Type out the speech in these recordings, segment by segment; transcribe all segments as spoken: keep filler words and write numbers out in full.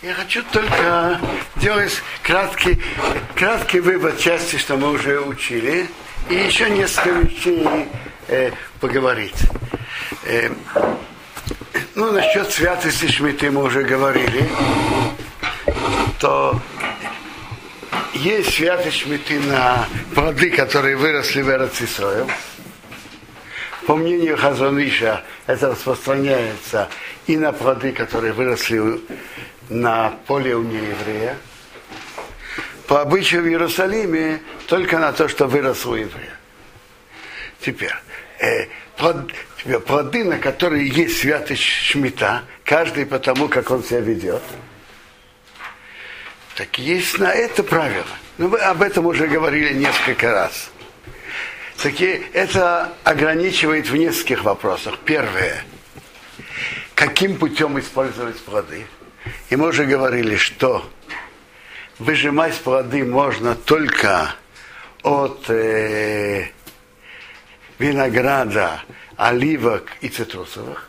Я хочу только делать краткий, краткий вывод части, что мы уже учили, и еще несколько вещей э, поговорить. Э, ну, насчет святости Шмиты мы уже говорили, то есть святость Шмиты на плоды, которые выросли в Эрец Исроэл. По мнению Хазон Иша, это распространяется и на плоды, которые выросли на поле у нееврея. По обычаю в Иерусалиме только на то, что выросло у еврея. Теперь, э, плод, теперь, плоды, на которые есть святость Шмита, каждый по тому, как он себя ведет, так есть на это правило. Ну, мы об этом уже говорили несколько раз. Таки это ограничивает в нескольких вопросах. Первое. Каким путем использовать плоды? И мы уже говорили, что выжимать плоды можно только от э, винограда, оливок и цитрусовых.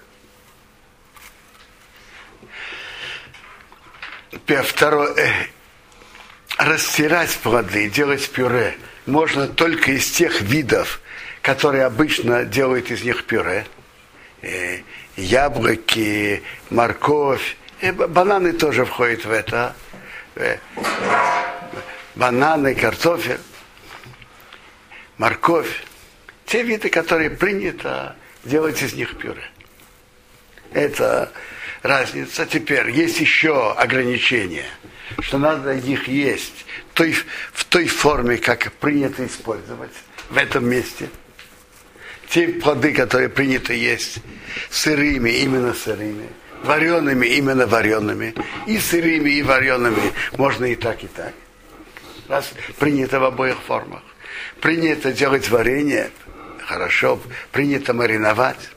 Второе. Э, растирать плоды, делать пюре можно только из тех видов, которые обычно делают из них пюре. Э, яблоки, морковь. И бананы тоже входят в это. Э, бананы, картофель, морковь. Те виды, которые принято делать из них пюре. Это разница. Теперь есть еще ограничение, что надо их есть той, в той форме, как принято использовать в этом месте. Те плоды, которые принято есть сырыми, именно сырыми, вареными, именно вареными, и сырыми, и вареными можно и так, и так. Раз принято в обоих формах. Принято делать варенье, хорошо, принято мариновать.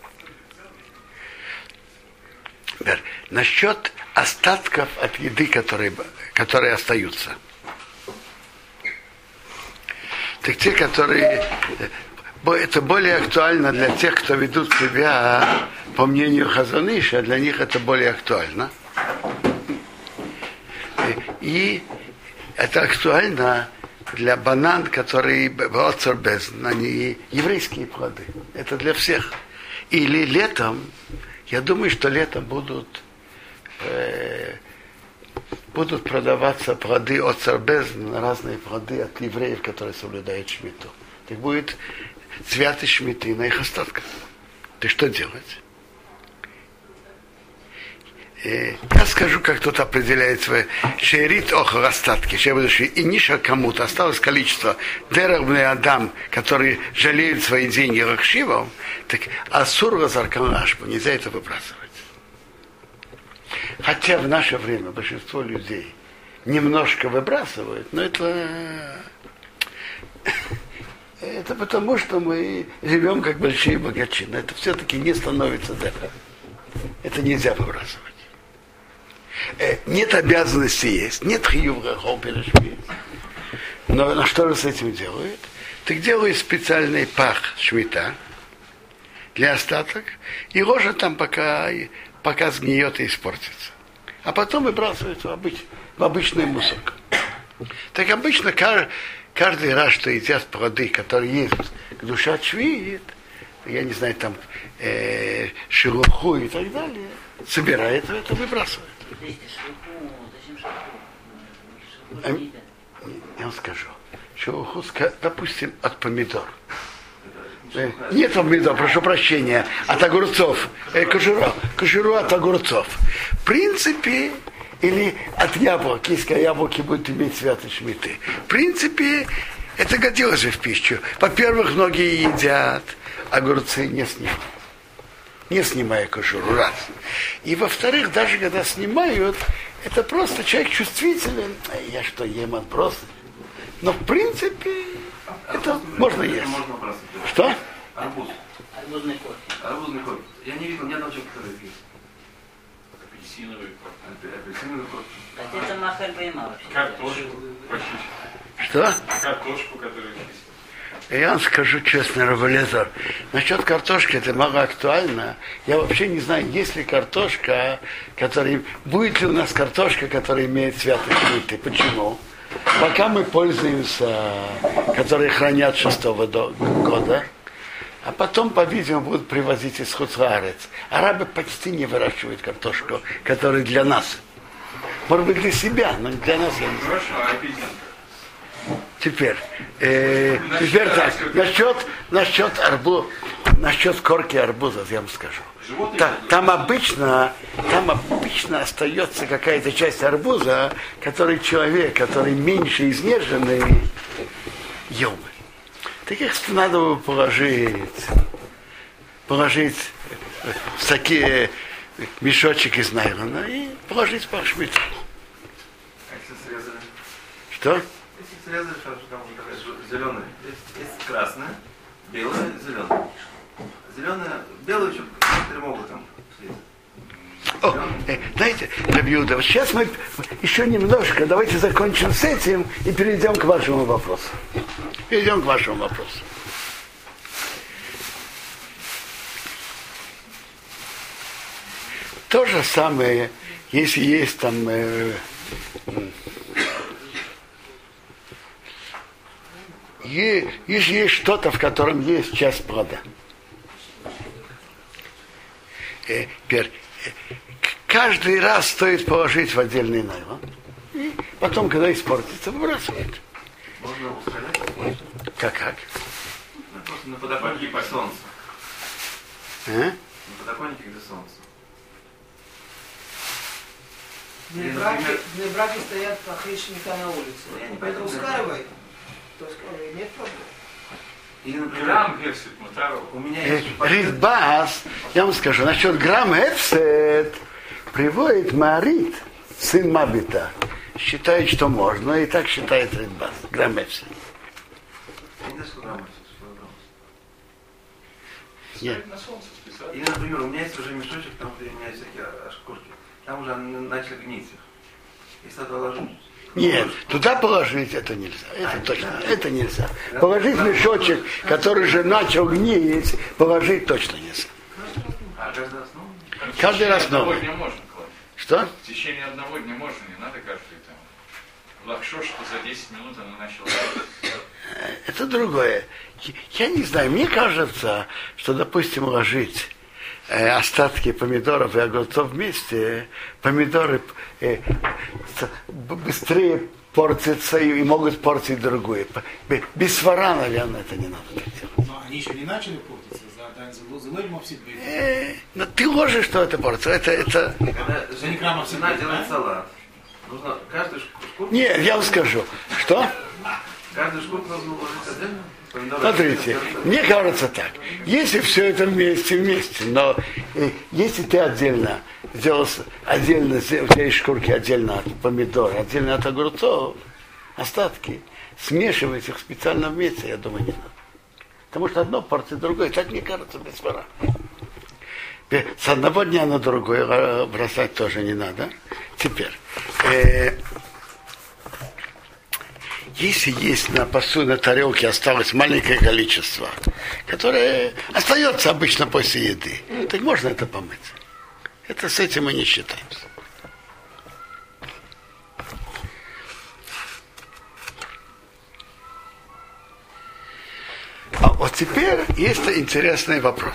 Теперь, насчет остатков от еды, которые, которые остаются. Так те, которые... Это более актуально для тех, кто ведут себя, по мнению Хазон Иша, для них это более актуально. И это актуально для банан, которые бацарбезн, они еврейские плоды. Это для всех. Или летом, я думаю, что летом будут, э, будут продаваться плоды от царбезн, разные плоды от евреев, которые соблюдают шмиту. Так будет святость шмиты на их остатках. Ты что делать? И я скажу, как тут определяется шерит охр остатки. И ниша кому-то осталось количество деревный адам, которые жалеют свои деньги рахшивом, так асур разаркан ашбу, нельзя это выбрасывать. Хотя в наше время большинство людей немножко выбрасывают, но это это потому, что мы живем как большие богачи. Но это все-таки не становится деревом. Это нельзя выбрасывать. Нет обязанности есть, нет хиювра холперешми. Но на что же с этим делают? Так делают специальный пах шмита для остаток и ложат там, пока, пока сгниет и испортится. А потом выбрасывают в, обыч, в обычный мусор. Так обычно каждый, каждый раз, что едят плоды, которые есть душа швиит, я не знаю, там э, шелуху и так далее, собирает это, выбрасывает. Я вам скажу, шелуху, допустим, от помидор. Нет помидор, прошу прощения, от огурцов. Э, кожуру, кожуру от огурцов. В принципе, или от яблок, если яблоки будут иметь святость шмиты. В принципе, это годилось же в пищу. Во-первых, многие едят огурцы не снимают. Не снимая кожуру, раз. И во-вторых, даже когда снимают, это просто человек чувствителен. Я что, ем отбросы? Но в принципе, это арбуз, можно есть. Можно что? Арбуз. Арбузный кофе. Арбузный кофе. Я не видел ни одного человека, который пьет. Апельсиновый кофе. Апельсиновый кофе. А это махаль бейма вообще. Картошку почистить. Что? Картошку, которую чистят. Я вам скажу честно, Рав Элиэзер, насчет картошки это мало актуально. Я вообще не знаю, есть ли картошка, которая... Будет ли у нас картошка, которая имеет святость шмиты. Почему? Пока мы пользуемся, которые хранят шестого года, а потом, по-видимому, будут привозить из Хуцаарец. Арабы почти не выращивают картошку, которая для нас. Может быть, для себя, но для нас я не знаю. Теперь, э, теперь так, насчет, насчет, арбу, насчет корки арбуза, я вам скажу. Та, там обычно, там обычно остается какая-то часть арбуза, который человек, который меньше изнеженный, ел бы. Таких надо бы положить, положить в такие мешочек из найлона и положить по шмиту. Что? Срезали, что там зеленый. Есть, есть красное, белое, зеленое. Зеленое, белое еще некоторые могут там срезать. О, э, знаете, Рабиуда, вот сейчас мы еще немножко, давайте закончим с этим и перейдем к вашему вопросу. Перейдем к вашему вопросу. То же самое, если есть там э, если есть что-то, в котором есть часть плода. Э, пер, э, каждый раз стоит положить в отдельный найлон. И потом, когда испортится, выбрасывают. Можно ускорять? Как как? Ну, просто на подоконнике под солнцем. А? На подоконнике где солнце. Для браки стоят плохие шмита на улице. Ну, я не Поэтому пойду. ускаривай. То есть нет проблем. Или, например, Грамм герсит мутаров. у меня Э, есть... Ридбас, я вам скажу, насчет грамм эфсет приводит Марит, сын Мабита. Считает, что можно, и так считает Ридбас. Грамм эфсет. Я не знаю, сколько грамм это, сколько грамм. Нет. На солнце специально. Или, например, у меня есть уже мешочек, там где у меня есть всякие шкурки. Там уже они начали гнить их. Если туда ложить. Нет, туда положить это нельзя. Это точно, это нельзя. Положить мешочек, который же начал гнить, положить точно нельзя. А каждый раз, ну? Каждый раз одного новый. дня можно класть. Что? В течение одного дня можно, не надо каждый там. Лакшо, что за десять минут она начала. Это другое. Я не знаю, мне кажется, что, допустим, ложить э, остатки помидоров и огурцов вместе, помидоры э, быстрее портятся и, и могут портить другую. Без свара, наверное, это не надо так делать. Но они еще не начали портиться, залоймо все быть. Э, но ты ложишь, что это портится. Это, это... Когда не граммов жена всегда, делает да? салат, нужно каждую шкурку... Нет, я вам скажу. Что? Каждую шкурку нужно уложить отдельно? Помидоры Смотрите, отдельно? мне кажется так. Если все это вместе, вместе, но э, если ты отдельно сделал, с- отдельно сделал, у тебя есть шкурки отдельно от помидор, отдельно от огурцов, остатки, смешивать их специально вместе, я думаю, не надо. Потому что одно портит другое, так мне кажется, без пора. С одного дня на другой э, бросать тоже не надо. Теперь, э, если есть на посуде, на тарелке осталось маленькое количество, которое остается обычно после еды, так можно это помыть. Это с этим мы не считаемся. А вот теперь есть интересный вопрос.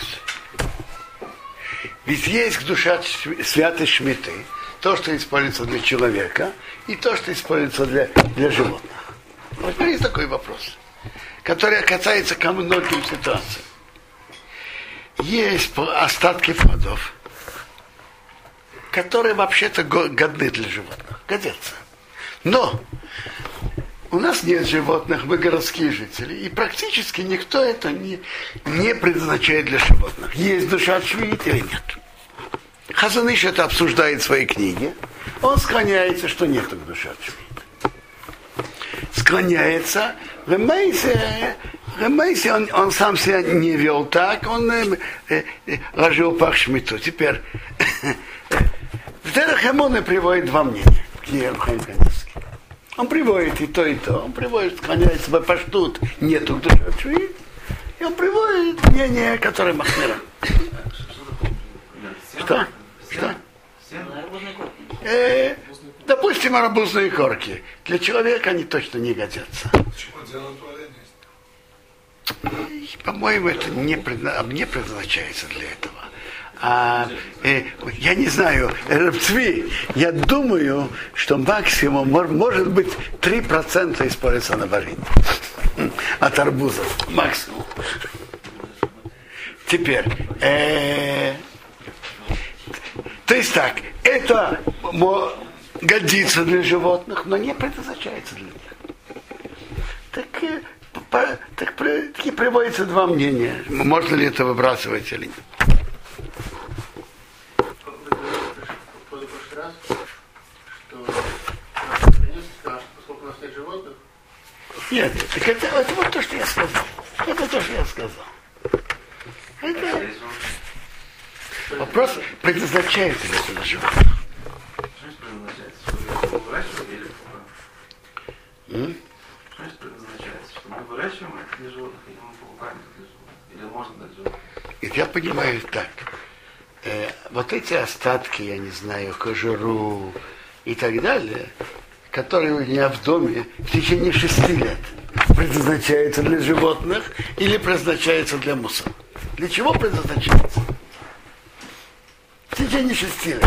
Ведь есть душа святой шмиты, то, что используется для человека, и то, что используется для, для животных. Вот теперь есть такой вопрос, который касается ко многим ситуациям. Есть остатки плодов, которые вообще-то годны для животных, годятся. Но у нас нет животных, мы городские жители, и практически никто это не, не предназначает для животных. Есть душа шмит или нет. Хазон Иш это обсуждает в своей книге. Он склоняется, что нет души шмит. Склоняется. Ремейсе, Ремейсе он, он сам себя не вел так, он э, э, ложил пах шмиту. Теперь в Дерах Эмоне приводит два мнения в книге Рухаим Каневский. Он приводит и то, и то. Он приводит, склоняется в паштут, нету души. И он приводит мнение, которое махмира. Что? Что? Э, допустим, арбузные корки. Для человека они точно не годятся. По-моему, это не, предна... не предназначается для этого. А, э, я не знаю, рыбцви, я думаю, что максимум может быть три процента используется на варенье. От арбузов. Максимум. Теперь. Э, то есть так, это годится для животных, но не предназначается для них. Так, э, по, так таки приводится два мнения. Можно ли это выбрасывать или нет. Нет, так это, это вот то, что я сказал. Это то, что я сказал. Это... Вопрос, предназначается ли это на животных? Что предназначается? Выращивать или покупаем? Что предназначается? Что мы выращиваем это для животных, или мы покупаем это для животных? Или можно дать животных? И я понимаю так. Э, вот эти остатки, я не знаю, кожуру и так далее, которые у меня в доме в течение шести лет, предназначаются для животных или предназначаются для мусора? Для чего предназначается? В течение шести лет.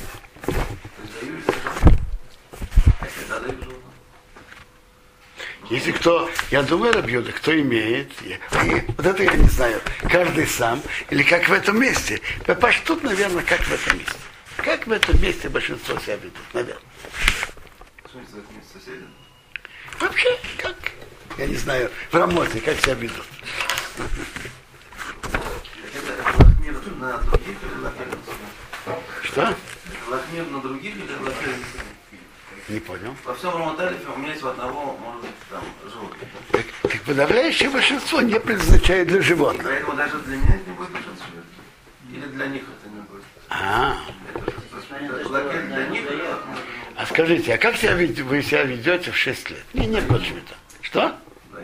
Если кто, я думаю, Рабьюда, кто имеет, и, вот это я не знаю, каждый сам, или как в этом месте. Папаш, тут, наверное, как в этом месте. Как в этом месте большинство себя ведут, наверное. Что это за это место соседи? Вообще, как? Я не знаю, в Рамоте, как себя ведут. Это лахмир на других или лахмир на себя? Что? Лахмир на других или лахмир на себя? Не понял. Во всем Раматалифе у меня есть в одного, может быть, там, животных. Так, так подавляющее большинство не предназначает для животных. Поэтому даже для меня это не будет большинство. Или для них это не будет. А, Это лахмир для них. а скажите, а как себя ведь, вы себя ведете в шесть лет? Не, нет, больше это. Что?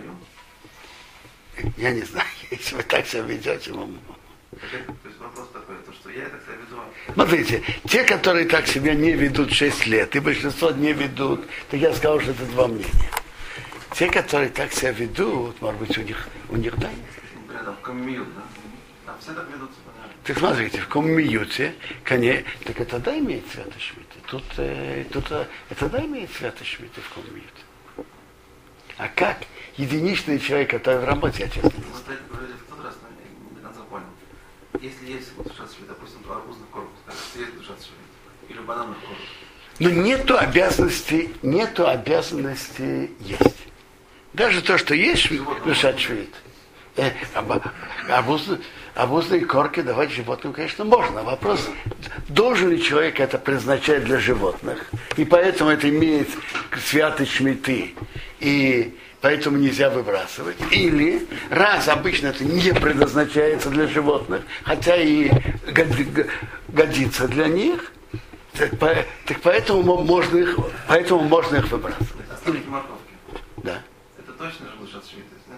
Даю. Я не знаю, если вы так себя ведете. Вам... То есть вопрос такой, то, что я так себя веду. Смотрите, те, которые так себя не ведут шесть лет, и большинство не ведут, так я сказал, что это два мнения. Те, которые так себя ведут, может быть, у них, у них да. Например, там, в Каммиют, да? Там все так ведутся, понятно. Так смотрите, в Коммиюте, коне, так это да имеет святошмиты. Тут, э, тут э, это да имеет святошмиты в Коммиюте. А как единичный человек, который в работе, я честно не знаю. Вот это говорили в тот раз, но я не до конца понял. Если есть вот душа цвета, допустим, в арбузных коробках, так что есть душа цвета, или в бананных коробках. Но нету обязанности, нету обязанности есть. Даже то, что есть душа цвет. Э, обузные, обузные корки давать животным, конечно, можно. Вопрос, должен ли человек это предназначать для животных, и поэтому это имеет святость шмиты, и поэтому нельзя выбрасывать. Или, раз обычно это не предназначается для животных, хотя и годится для них, так, по, так поэтому, можно их, поэтому можно их выбрасывать. Остатки морковки. Да. Это точно же душа цвета, да?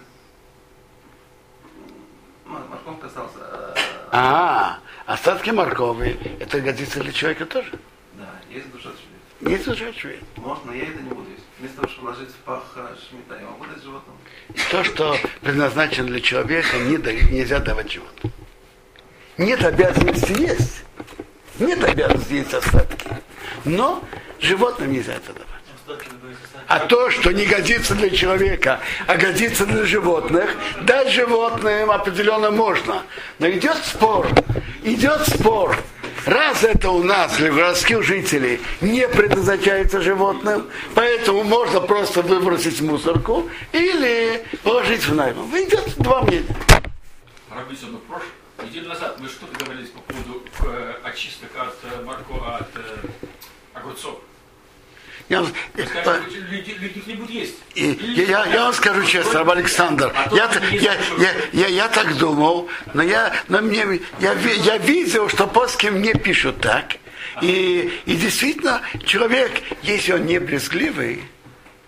Морковка осталась. А, остатки моркови, это годится для человека тоже? Да, есть душа цвета. Есть душа цвет. Можно, я это не буду есть. Вместо того, чтобы ложить в пах шмита, я могу дать животному. То, что предназначено для человека, не да, нельзя давать животным. Нет обязанности есть. Нет обязанности есть остатки. Но животным нельзя это давать. А то, что не годится для человека, а годится для животных, дать животным определенно можно. Но идет спор. Идет спор. Раз это у нас, для городских жителей, не предназначается животным, поэтому можно просто выбросить в мусорку или положить в найм. Идет два мнения. Рабисон, ну, в прошлом, неделю назад мы что-то говорили по поводу э, очисток от э, моркови, от э, огурцов. Я, Скажите, люди, люди их не будут есть. И, я, я вам скажу честно, Раб Александр, а я, я, я, я, я так думал, но я, но мне, я, я видел, что поски мне пишут так. И, и действительно, человек, если он не брезгливый,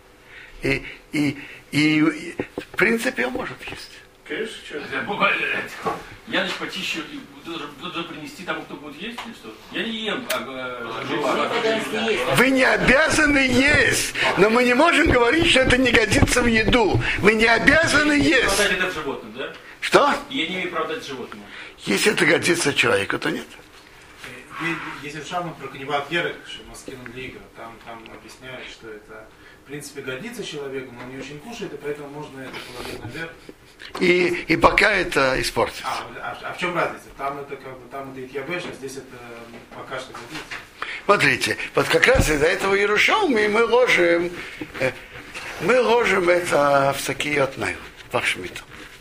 И, и, и, и в принципе он может есть. Конечно, что? Я лишь почищу, буду принести тому, кто будет есть, или что? Я не ем, а Вы не обязаны есть, но мы не можем говорить, что это не годится в еду. Вы не обязаны есть. Продать это животным, да? Что? Я не имею права дать животному. Если это годится человеку, то нет. Если в Шалман про каннибал Ерек, что Маскин Лига, там, там объясняют, что это в принципе годится человеку, но он не очень кушает, и поэтому можно это положить наверх. И, и пока это испортится. А, а, а в чем разница? Там это как бы там это Икьябеш, а здесь это пока что годится. Смотрите, вот как раз из-за этого Иерушалмы мы ложим, э, мы ложим это в такие отнаю, в Шмиту.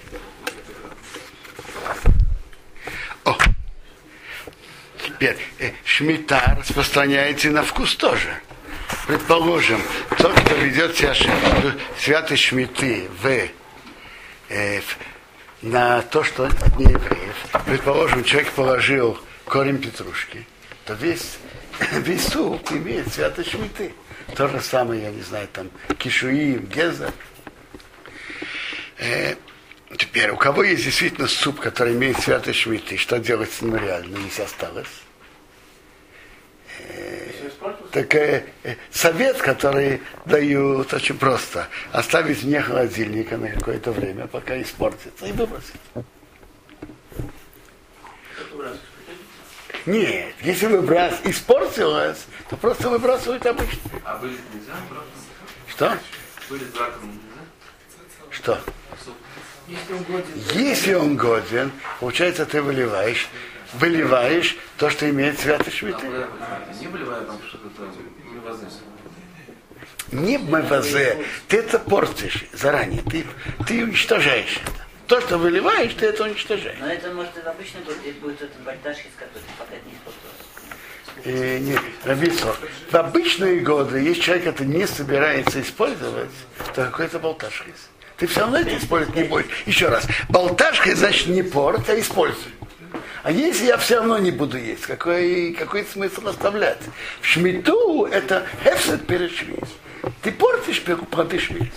О! Теперь, э, Шмита распространяется и на вкус тоже. Предположим, тот, кто ведет себя святой Шмиты в, э, в, на то, что от неевреев, предположим, человек положил корень петрушки, то весь, весь суп имеет святой Шмиты. То же самое, я не знаю, там, кишуим, гезер. Э, теперь, у кого есть действительно суп, который имеет святой Шмиты, что делать с ним реально, если осталось? Так э, совет, который дают, очень просто. Оставить вне холодильника на какое-то время, пока испортится, и выбросить. Нет, если выброс испортилось, то просто выбрасывают обычно. А вылить нельзя? Что? Вылить раком нельзя? Что? Если он годен. Если он годен, получается, ты выливаешь, выливаешь то, что имеет святой Шмиты. Не выливая там что-то мивазе. Не мавазе, ты это портишь заранее, ты, ты уничтожаешь это. То, что выливаешь, ты это уничтожаешь. Но это может это обычно будет, будет этот бальташки, который пока не использовался. Э, нет, Рабицо, в обычные годы, если человек это не собирается использовать, то какой-то болташка есть. Ты все равно это использовать не будешь. Еще раз, болташка значит не порт, а используй. А если я все равно не буду есть, какой, какой смысл оставлять? В шмиту это хефсет перед швиц. Ты портишь плоды швиц.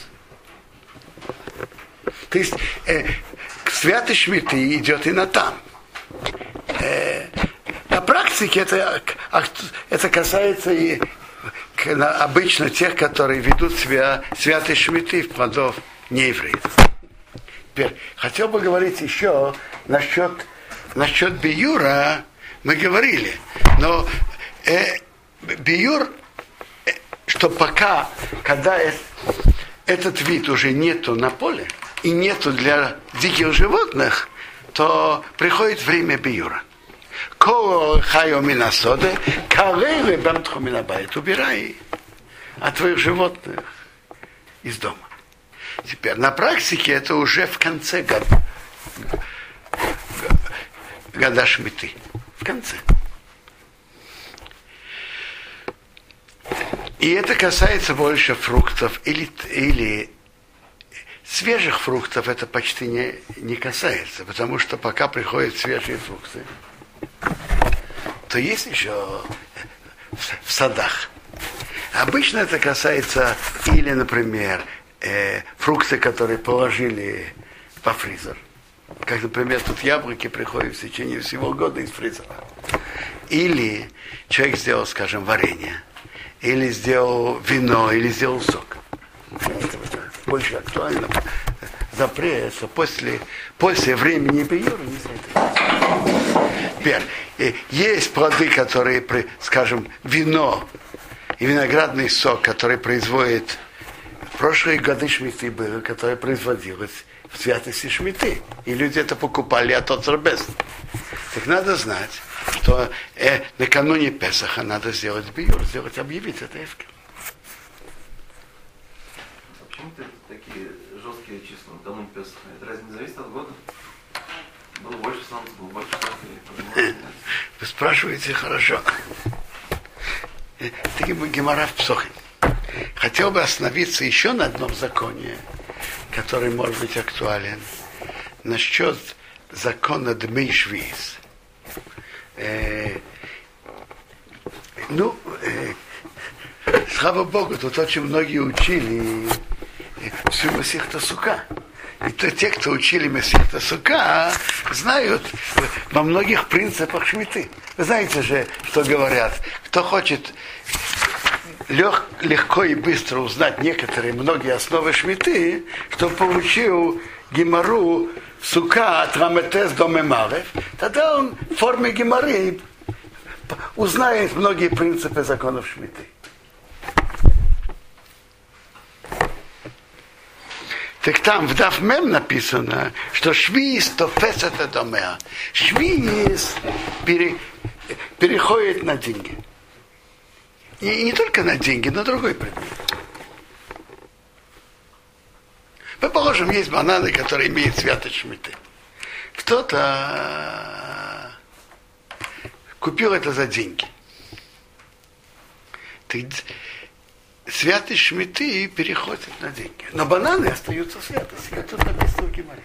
То есть э, к святой шмиты идет и на там. Э, на практике это, это касается и обычно тех, которые ведут себя святой шмиты в плодов неевреев. Теперь хотел бы говорить еще насчет, насчет биюра, мы говорили, но э, биюр, э, что пока, когда э, этот вид уже нету на поле и нету для диких животных, то приходит время биюра. Ко хайо минасоды, карелы бамтху минабайт, убирай от твоих животных из дома. Теперь на практике это уже в конце года, года шмиты. В конце. И это касается больше фруктов или, или свежих фруктов, это почти не, не касается, потому что пока приходят свежие фрукты, то есть еще в, в садах. Обычно это касается или, например, э, фрукты, которые положили во фризер. Как, например, тут яблоки приходят в течение всего года из фризера. Или человек сделал, скажем, варенье, или сделал вино, или сделал сок. Это больше актуально. Запрет, что после, после времени биюра не следует. Теперь, есть плоды, которые, скажем, вино и виноградный сок, который производит в прошлые годы шмиты было, которое производилось в святости шмиты. И люди это покупали от Оцербест. Так надо знать, что э, накануне Песаха надо сделать биюр, сделать, объявить это эфкер. Почему ты такие жесткие числа накануне Песаха? Это разве не зависит от года? Было больше солнца, было больше солнца. Вы спрашиваете хорошо. Ты Гемара в Псохе. Хотел бы остановиться еще на одном законе, который может быть актуален, насчет закона Дмей Швиз. Э, ну, э, слава Богу, тут очень многие учили всю Масехта Сука. И то те, кто учили Масехта Сука, знают во многих принципах шмиты. Вы знаете же, что говорят, кто хочет лег, легко и быстро узнать некоторые, многие основы шмиты, что получил Гемару Сука от Раметес до Мемарев, тогда он в форме Гемары узнает многие принципы законов шмиты. Так там в Даф Мем написано, что швиз тофес это домеа. Швиз пере, переходит на деньги. И не только на деньги, но другой предмет. Мы положим, есть бананы, которые имеют святость шмиты. Кто-то купил это за деньги. Святость шмиты переходит на деньги. Но бананы остаются святостью, как тут написано в Гемаре.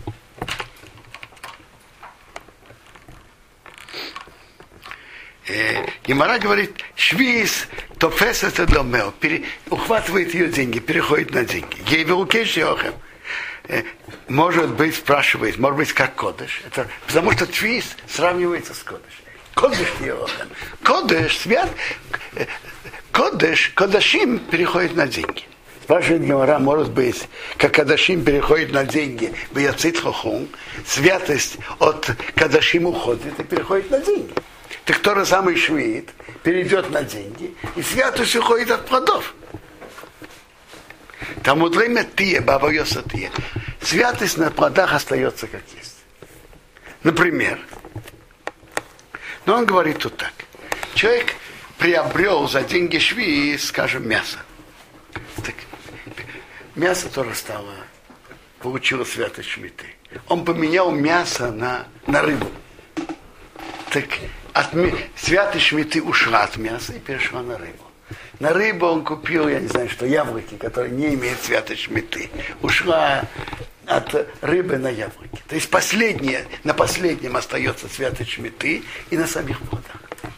Гемара говорит, швиз тофес это домео, ухватывает ее деньги, переходит на деньги. Ей в руке шиохем. Может быть, спрашивает, может быть, как кодыш. Это, потому что швиз сравнивается с кодыш. Кодыш шиохем. Кодыш, свят, кодыш, кодашим переходит на деньги. Спрашивает Гемара, может быть, как кадашим переходит на деньги, в яцит хохум, святость от кадашим уходит и переходит на деньги. Так кто же самый швид перейдет на деньги, и святость уходит от плодов. Там время тие, баба йоса тие. Святость на плодах остается как есть. Например, но он говорит тут так. Человек приобрел за деньги шви, скажем, мясо. Так, мясо тоже стало, получило святость шмиты. Он поменял мясо на, на рыбу. Так от святой шмиты ушла от мяса и перешла на рыбу. На рыбу он купил, я не знаю, что яблоки, которые не имеют святой шмиты. Ушла от рыбы на яблоки. То есть последнее, на последнем остается святость шмиты и на самих плодах.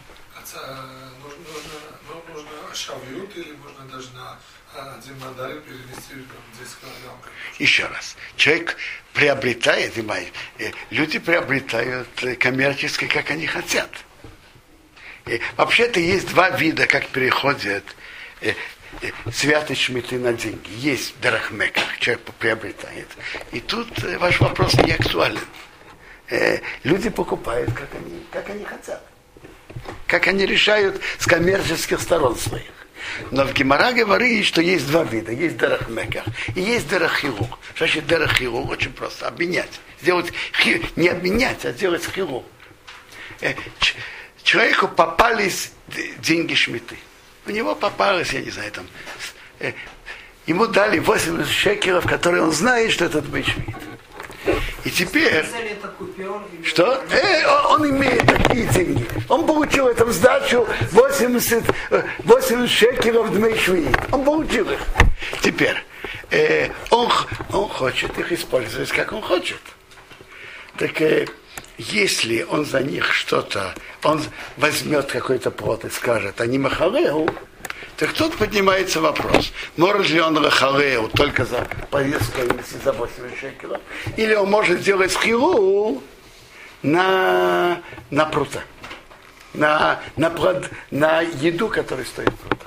Нужно, нужно шавьют или можно даже на один мандарин перенести десять килограмм? Еще раз. Человек приобретает, люди приобретают коммерчески, как они хотят. И вообще-то есть два вида, как переходят э, э, святость шмиты на деньги. Есть дарахмеках, человек приобретает. И тут э, ваш вопрос не актуален. Э, люди покупают, как они, как они хотят. Как они решают с коммерческих сторон своих. Но в Гемара говорит, что есть два вида. Есть дарахмеках и есть дарахиру. Что значит дарахиру? Очень просто. Обменять. Сделать, не обменять, а сделать хиру. Э, Человеку попались деньги шмиты. У него попалось, я не знаю, там, э, ему дали восемьдесят шекелов, которые он знает, что это твой шмит. И теперь, что? Э, он имеет такие деньги. Он получил эту сдачу восемьдесят, восемьдесят шекелов дмей шмит. Он получил их. Теперь, э, он, он хочет их использовать, как он хочет. Так, э, если он за них что-то, он возьмет какой-то плод и скажет, они махалеу, так тут поднимается вопрос, может ли он махалеу только за поездку за восемьдесят шекелов, или он может сделать хиру на, на прута, на, на, плод, на еду, которая стоит прута.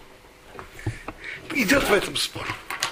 Идет в этом спор.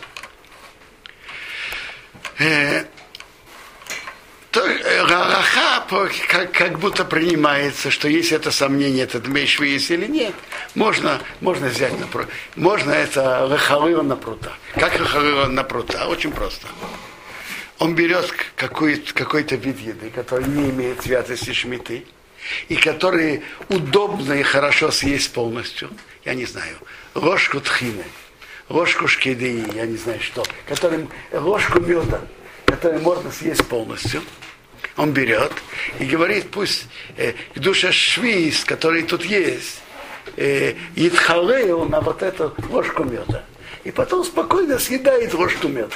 То раха как, как будто принимается, что если это сомнение, это дмейшви есть или нет, можно, можно взять на прута. Можно это рахалыва на прута. Как рахалыва на прута? Очень просто. Он берет какой-то, какой-то вид еды, который не имеет святости шмиты, и который удобно и хорошо съесть полностью. Я не знаю. Ложку тхины, ложку шкидеи, я не знаю что, которым, ложку меда, который можно съесть полностью. Он берет и говорит, пусть э, душа швиз, который тут есть, э, идхалею на вот эту ложку меда. И потом спокойно съедает ложку меда.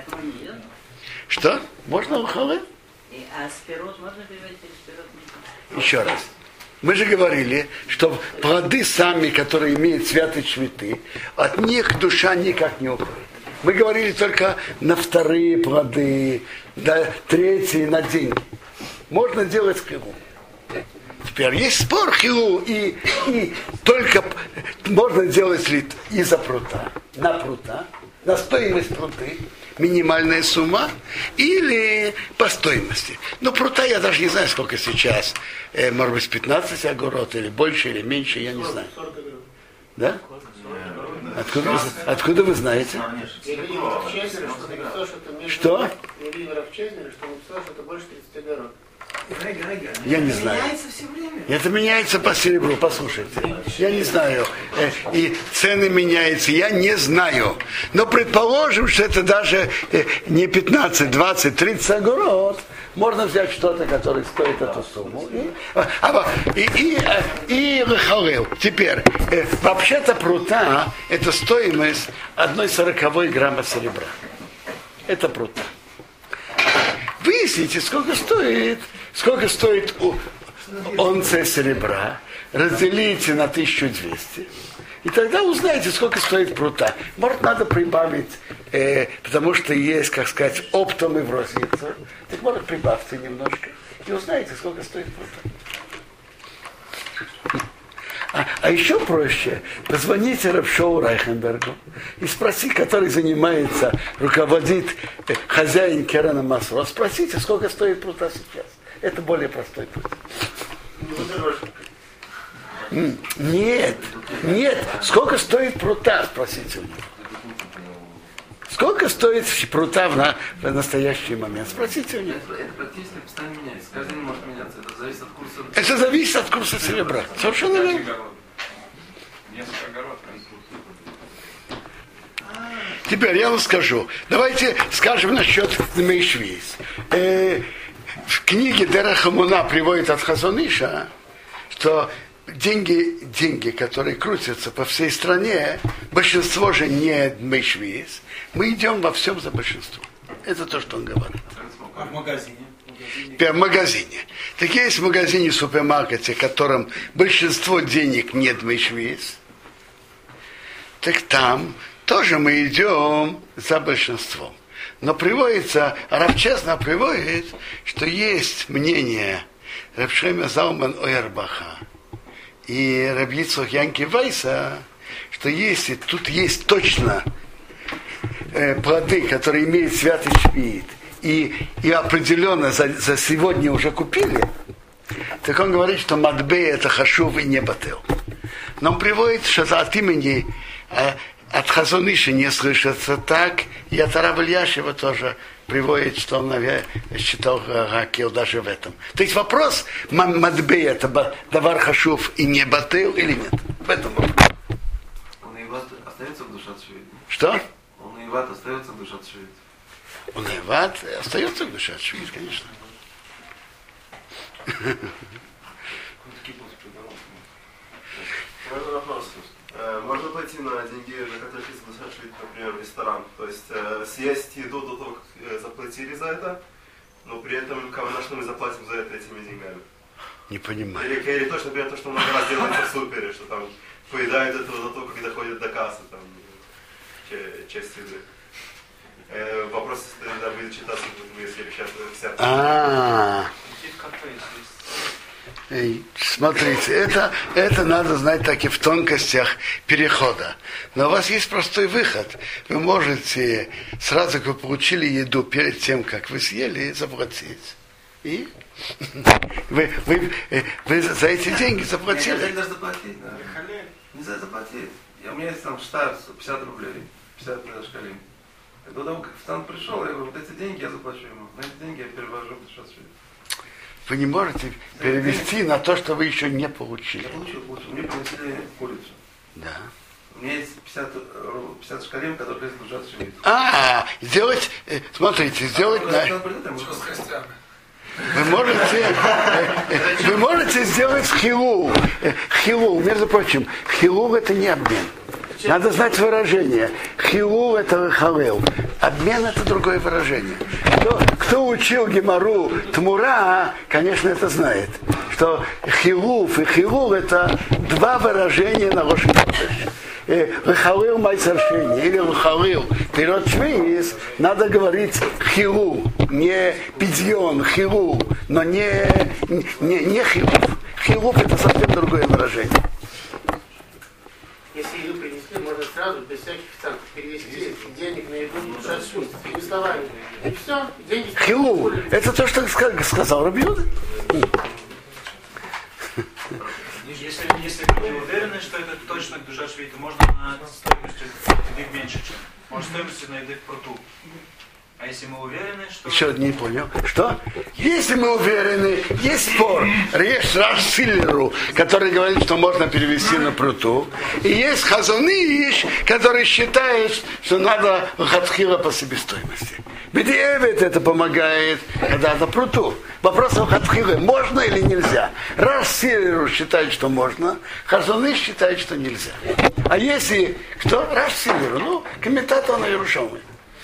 Что? Можно ухале? А спирот можно переводить или спирот нельзя? Еще раз. Мы же говорили, что плоды сами, которые имеют святые цветы, от них душа никак не уходит. Мы говорили только на вторые плоды, на третьи, на деньги. Можно делать хилу. Теперь есть спор хилу, и, и только можно делать ли из-за прута, на прута, на стоимость пруты, минимальная сумма, или по стоимости. Но прута я даже не знаю, сколько сейчас. Э, может быть, пятнадцать огород, или больше, или меньше, я не знаю. Да? Откуда вы, откуда вы знаете? Что? Я не знаю. Это меняется по серебру, послушайте. Я не знаю. И цены меняются, я не знаю. Но предположим, что это даже не пятнадцать, двадцать, тридцать огород. Можно взять что-то, которое стоит эту сумму. И, и, и, и теперь, вообще-то прута – это стоимость одной сороковой грамма серебра. Это прута. Выясните, сколько стоит, сколько стоит унция серебра, разделите на тысячу двести, и тогда узнаете, сколько стоит прута. Может, надо прибавить, э, потому что есть, как сказать, оптом и в розницу. Так может, прибавьте немножко, и узнаете, сколько стоит прута. А, а еще проще, позвоните Рав Райхенбергу и спроси, который занимается, руководит э, хозяин Керена Масро, спросите, сколько стоит прута сейчас. Это более простой путь. Нет, нет, сколько стоит прута, спросите у него. Сколько стоит прута в, на, в настоящий момент? Спросите у него. Это практически постоянно меняется. Каждый день может меняться. Это зависит от курса. Это зависит от курса серебра. Совершенно верно. Теперь я вам скажу. Давайте скажем насчет Мейшвиз. Э, в книге Дерахамуна приводит от Хазон Иша, что деньги, деньги, которые крутятся по всей стране, большинство же не Мейшвиз. Мы идем во всем за большинство. Это то, что он говорит. А в магазине? В магазине. Так есть в магазине, в супермаркете, в котором большинство денег нет Мейшвиз. Так там тоже мы идем за большинством. Но приводится, Рав честно приводит, что есть мнение Рав Шломо Залман Ойербаха и Рав Йицхак Янки Вайса, что если тут есть точно э, плоды, которые имеют святый шпиит, и, и определенно за, за сегодня уже купили, так он говорит, что Матбей это хашув и не бател. Но он приводит, что от имени э, от Хазон Иша не слышится так, и от Рава Ильяшева тоже приводит, что он, наверное, считал Ракел даже в этом. То есть вопрос, Матбей это давар хашув и не бател или нет? В этом вопрос. Он и Иват остается в душе отшивит? Что? Он и Иват остается в душе отшивит? Он и Иват остается в душе отшивит, конечно. Можно вопрос? Можно пойти на деньги, на которые заплатили, например, в ресторан. То есть э, съесть еду до того, как заплатили за это, но при этом кого что мы заплатим за это этими деньгами. Не понимаю. Или, или точно, например, то, что много раз делается в супере, что там поедают этого до того, как доходят до кассы, там, часть еды. Э, вопрос, когда будет читаться, если сейчас А. Смотрите, это, это надо знать так и в тонкостях перехода. Но у вас есть простой выход. Вы можете, сразу как вы получили еду, перед тем, как вы съели, заплатить. И вы, вы, вы за эти деньги заплатили. Нельзя даже заплатить, да. Нельзя заплатить. У меня есть там штат пятьдесят рублей, пятьдесят шкалин. До того, как в стан пришел, я говорю, вот эти деньги я заплачу ему. На эти деньги я перевожу в душу. Вы не можете перевести на то, что вы еще не получили. Я получил, получил. Мне принесли курицу. Да. У меня есть пятьдесят, пятьдесят шкалин, которые лезут в душу отшивит. А, сделать, смотрите, сделать на... Вы можете, вы можете сделать хилу. Хилу, между прочим, хилу это не обмен. Надо знать выражение. Хилу это халел. Обмен это другое выражение. Кто, кто учил Гемару Тмура, конечно, это знает. Что хилуф и хилул это два выражения на лошадь. Рахалил майсаршини или рахалил перед швейц, надо говорить хилу, не пидьон, хилу, но не, не, не хилуф. Хилуф это совсем другое выражение. Если еду принесли, можно сразу, без всяких центров, перевести денег на еду в шашут, и вставали. И все, деньги... Хилу, это то, что сказал Раби Йуда. Если, если вы не уверены, что это точно душа швей, то можно на стоимость еды меньше, чем. Может, стоимость на еды в пруту. А если мы уверены, что... Еще не понял. Что? Если мы уверены, есть спор. Есть Раш Силлеру, который говорит, что можно перевести на пруту. И есть Хазон Иш, который считает, что надо хатхила по себестоимости. Бедиэвет это помогает, когда на пруту. Вопрос о хатхиле, можно или нельзя. Раш Силлеру считает, что можно. Хазон Иш считает, что нельзя. А если... Кто? Раш Силлеру. Ну, комментатор на Иерушалме.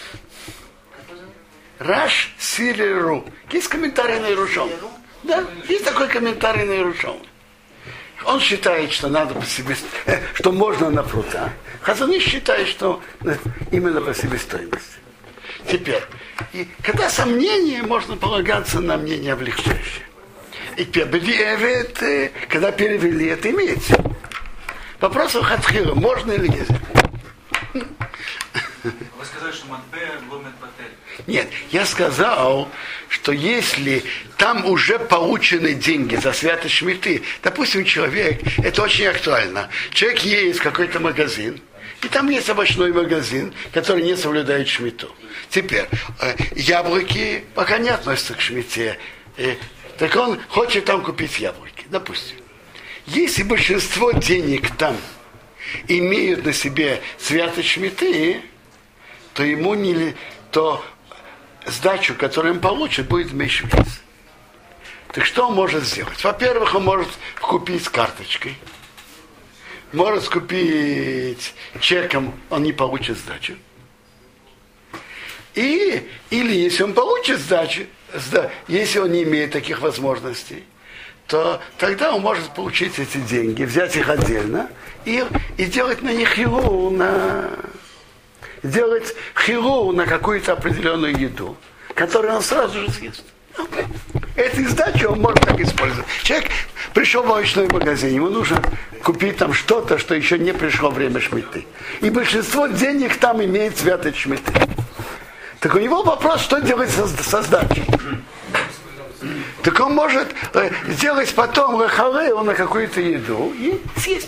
Раш Силлеру. Есть комментарий на Иерушалме? Да, есть такой комментарий на Иерушалме. Он считает, что надо по себе, что можно на прута. Хазон Иш считает, что именно по себестоимости. Теперь, и когда сомнения, можно полагаться на мнение облегчающее. И теперь, когда перевели, это имеется. Вопрос о хатхиле, можно или нельзя? Вы сказали, что матбе ломит батель. Нет, я сказал, что если там уже получены деньги за святость шмиты, допустим, человек, это очень актуально, человек едет в какой-то магазин, и там есть овощной магазин, который не соблюдает шмиту. Теперь, э, яблоки пока не относятся к шмите, э, так он хочет там купить яблоки, допустим. Если большинство денег там имеют на себе святость шмиты, то ему не... то сдачу, которую он получит, будет меньше вес. Так что он может сделать? Во-первых, он может купить карточкой, может купить чеком, он не получит сдачу. И, или если он получит сдачу, сда, если он не имеет таких возможностей, то тогда он может получить эти деньги, взять их отдельно и, и делать на них хилу, на... делать хилу на какую-то определенную еду, которую он сразу же съест. Этой сдачи он может так использовать. Человек пришел в овощной магазин, ему нужно купить там что-то, что еще не пришло время шмиты. И большинство денег там имеет святость шмиты. Так у него вопрос, что делать со, со сдачей. Так он может э, сделать потом рахалею на какую-то еду и съесть.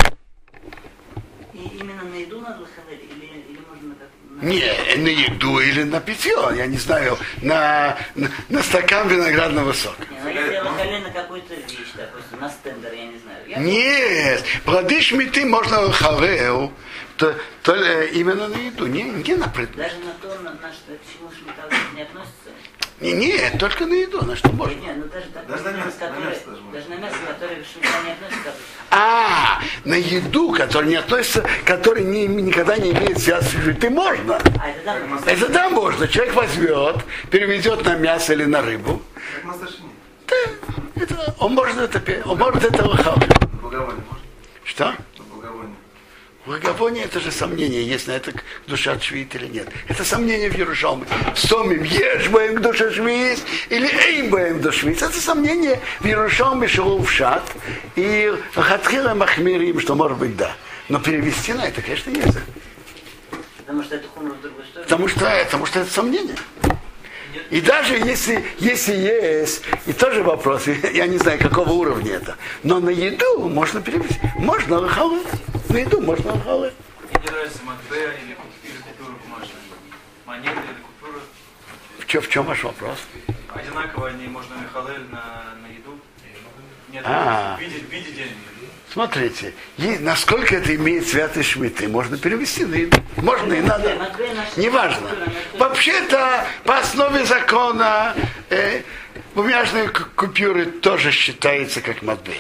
И именно на еду надо лахалель или, или можно на... Не, на еду или на питье, я не знаю, на, на, на стакан виноградного сока. Не, ну если лахалель на какую-то вещь, допустим, на стендер, я не знаю. Я... Нет, плоды шмиты можно лахалею, то, то именно на еду, не, не на предмет. Даже на то, на, на что, к чему шмита не относится? Не, нет, только на еду, на что можно. Нет, ну даже, Даже на мясо, который, на мясо даже можно. даже на мясо, которое к шмита не относится. А, на еду, которая не относится, которая не, никогда не имеет связи с шмитой, можно. А это да, можно. Это да, можно. Человек возьмет, переведет на мясо или на рыбу. Как массажини. Да, это, он может это, он может это лохалить. Благовоние можно? Что? Благовоние. Благовоние это же сомнение, есть на это душа швид или нет. Это сомнение в Иерушалме. Сомим ешь боем душа швид или эйм боем душа швид. Это сомнение в Иерушалме шелу в шат и хатхила махмирим, что может быть да. Но перевести на это, конечно, нельзя. Потому что это хумор в другую сторону. Потому что, потому что это сомнение. И даже если, если есть, и тоже вопрос, я не знаю, какого уровня это, но на еду можно перевести. Можно лахалы. На еду можно лахалы. Мне нравится матбе или купюра бумажная. Монеты или купюра. В чем, в чем ваш вопрос? Одинаково они можно лахалель на, на еду. Нет, А. в виде, в виде денег. Смотрите, и насколько это имеет святость шмиты, можно перевести на еду. Можно и надо. Неважно. Вообще-то, по основе закона, э, бумажные купюры тоже считаются как матбе.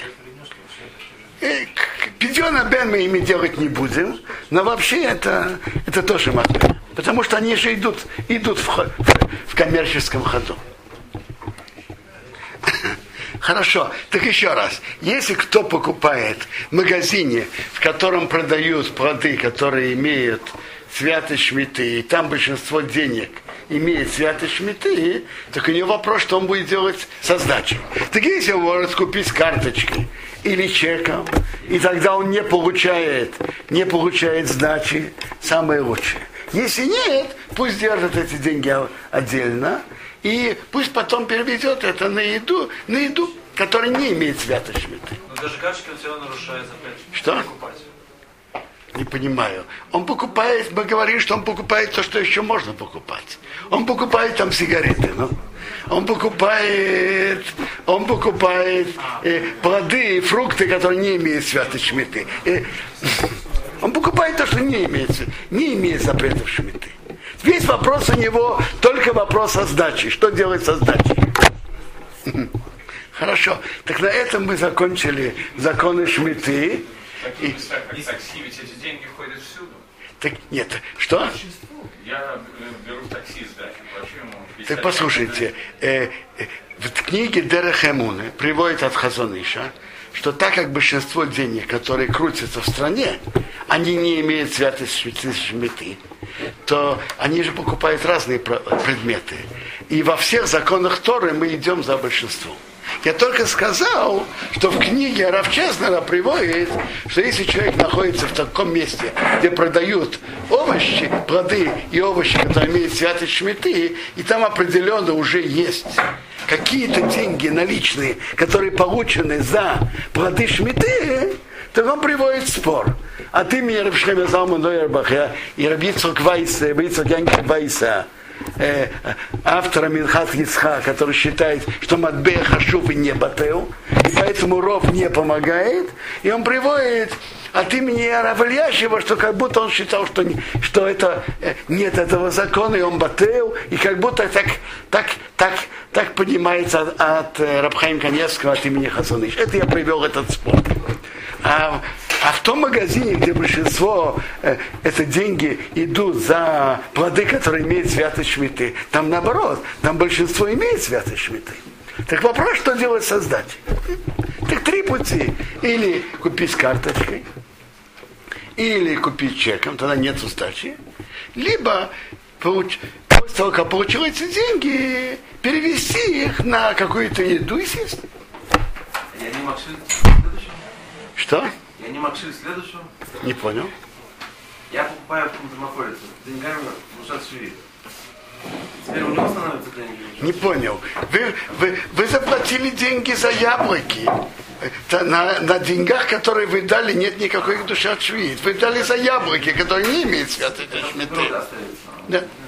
Пидьона бен мы ими делать не будем, но вообще это, это тоже матбе. Потому что они же идут, идут в, в, в коммерческом ходу. Хорошо, так еще раз. Если кто покупает в магазине, в котором продают плоды, которые имеют святость шмиты, и там большинство денег имеет святость шмиты, так у него вопрос, что он будет делать со сдачей. Так если он может купить карточкой или чеком, и тогда он не получает, не получает сдачи, самое лучшее. Если нет, пусть держит эти деньги отдельно, и пусть потом переведет это на еду, на еду, которая не имеет святой шмиты. Но даже карточки он все равно нарушает запрет. Что? Покупать. Не понимаю. Он покупает, мы говорим, что он покупает то, что еще можно покупать. Он покупает там сигареты, ну. Он покупает, он покупает э, плоды и фрукты, которые не имеют святой шмиты. Э, он покупает то, что не имеет, не имеет запретов шмиты. Весь вопрос у него только вопрос о сдаче. Что делать со сдачей? Хорошо. Так на этом мы закончили законы шмиты. И такси, ведь эти деньги ходят всюду. Так нет, что? Я беру такси сдачу, плачу ему. Так послушайте, э, э, в книге Дерех Эмуны приводит от Хазон Иша, что так как большинство денег, которые крутятся в стране, они не имеют святости шмиты, то они же покупают разные предметы. И во всех законах Торы мы идем за большинством. Я только сказал, что в книге Рав Чеснера приводит, что если человек находится в таком месте, где продают овощи, плоды и овощи, которые имеют святость шмиты, и там определенно уже есть какие-то деньги наличные, которые получены за плоды шмиты, то он приводит спор. От имени Рав Шломо Залман Ойербаха и Рав Йицхак Вайса, Йицхак Янкель Вайса, Э, автора Минхат Ицха, который считает, что Матбея Хашув и не бател, и поэтому Ров не помогает, и он приводит от имени Рава Ильяшева, что как будто он считал, что, что это, нет этого закона, и он бател, и как будто так, так, так, так понимается от, от Рав Хаим Каневского от имени Хазон Иша. Это я привел этот спор. А, а в том магазине, где большинство э, это деньги идут за плоды, которые имеют святость шмиты, там наоборот, там большинство имеет святость шмиты. Так вопрос, что делать со сдачей? Так три пути. Или купить карточкой, или купить чеком, тогда нет сдачи. Либо получ... после того, как получил эти деньги, перевести их на какую-то еду и съесть. Я не могу следующего. Что? Я не могу следующего. Не понял. Я покупаю в каком-то находится. Деньгами лежат швид. Теперь у него становятся деньги. Не понял. Вы, вы, вы заплатили деньги за яблоки. На, на деньгах, которые вы дали, нет никакой души от швид. Вы дали за яблоки, которые не имеют святости шмиты. Да.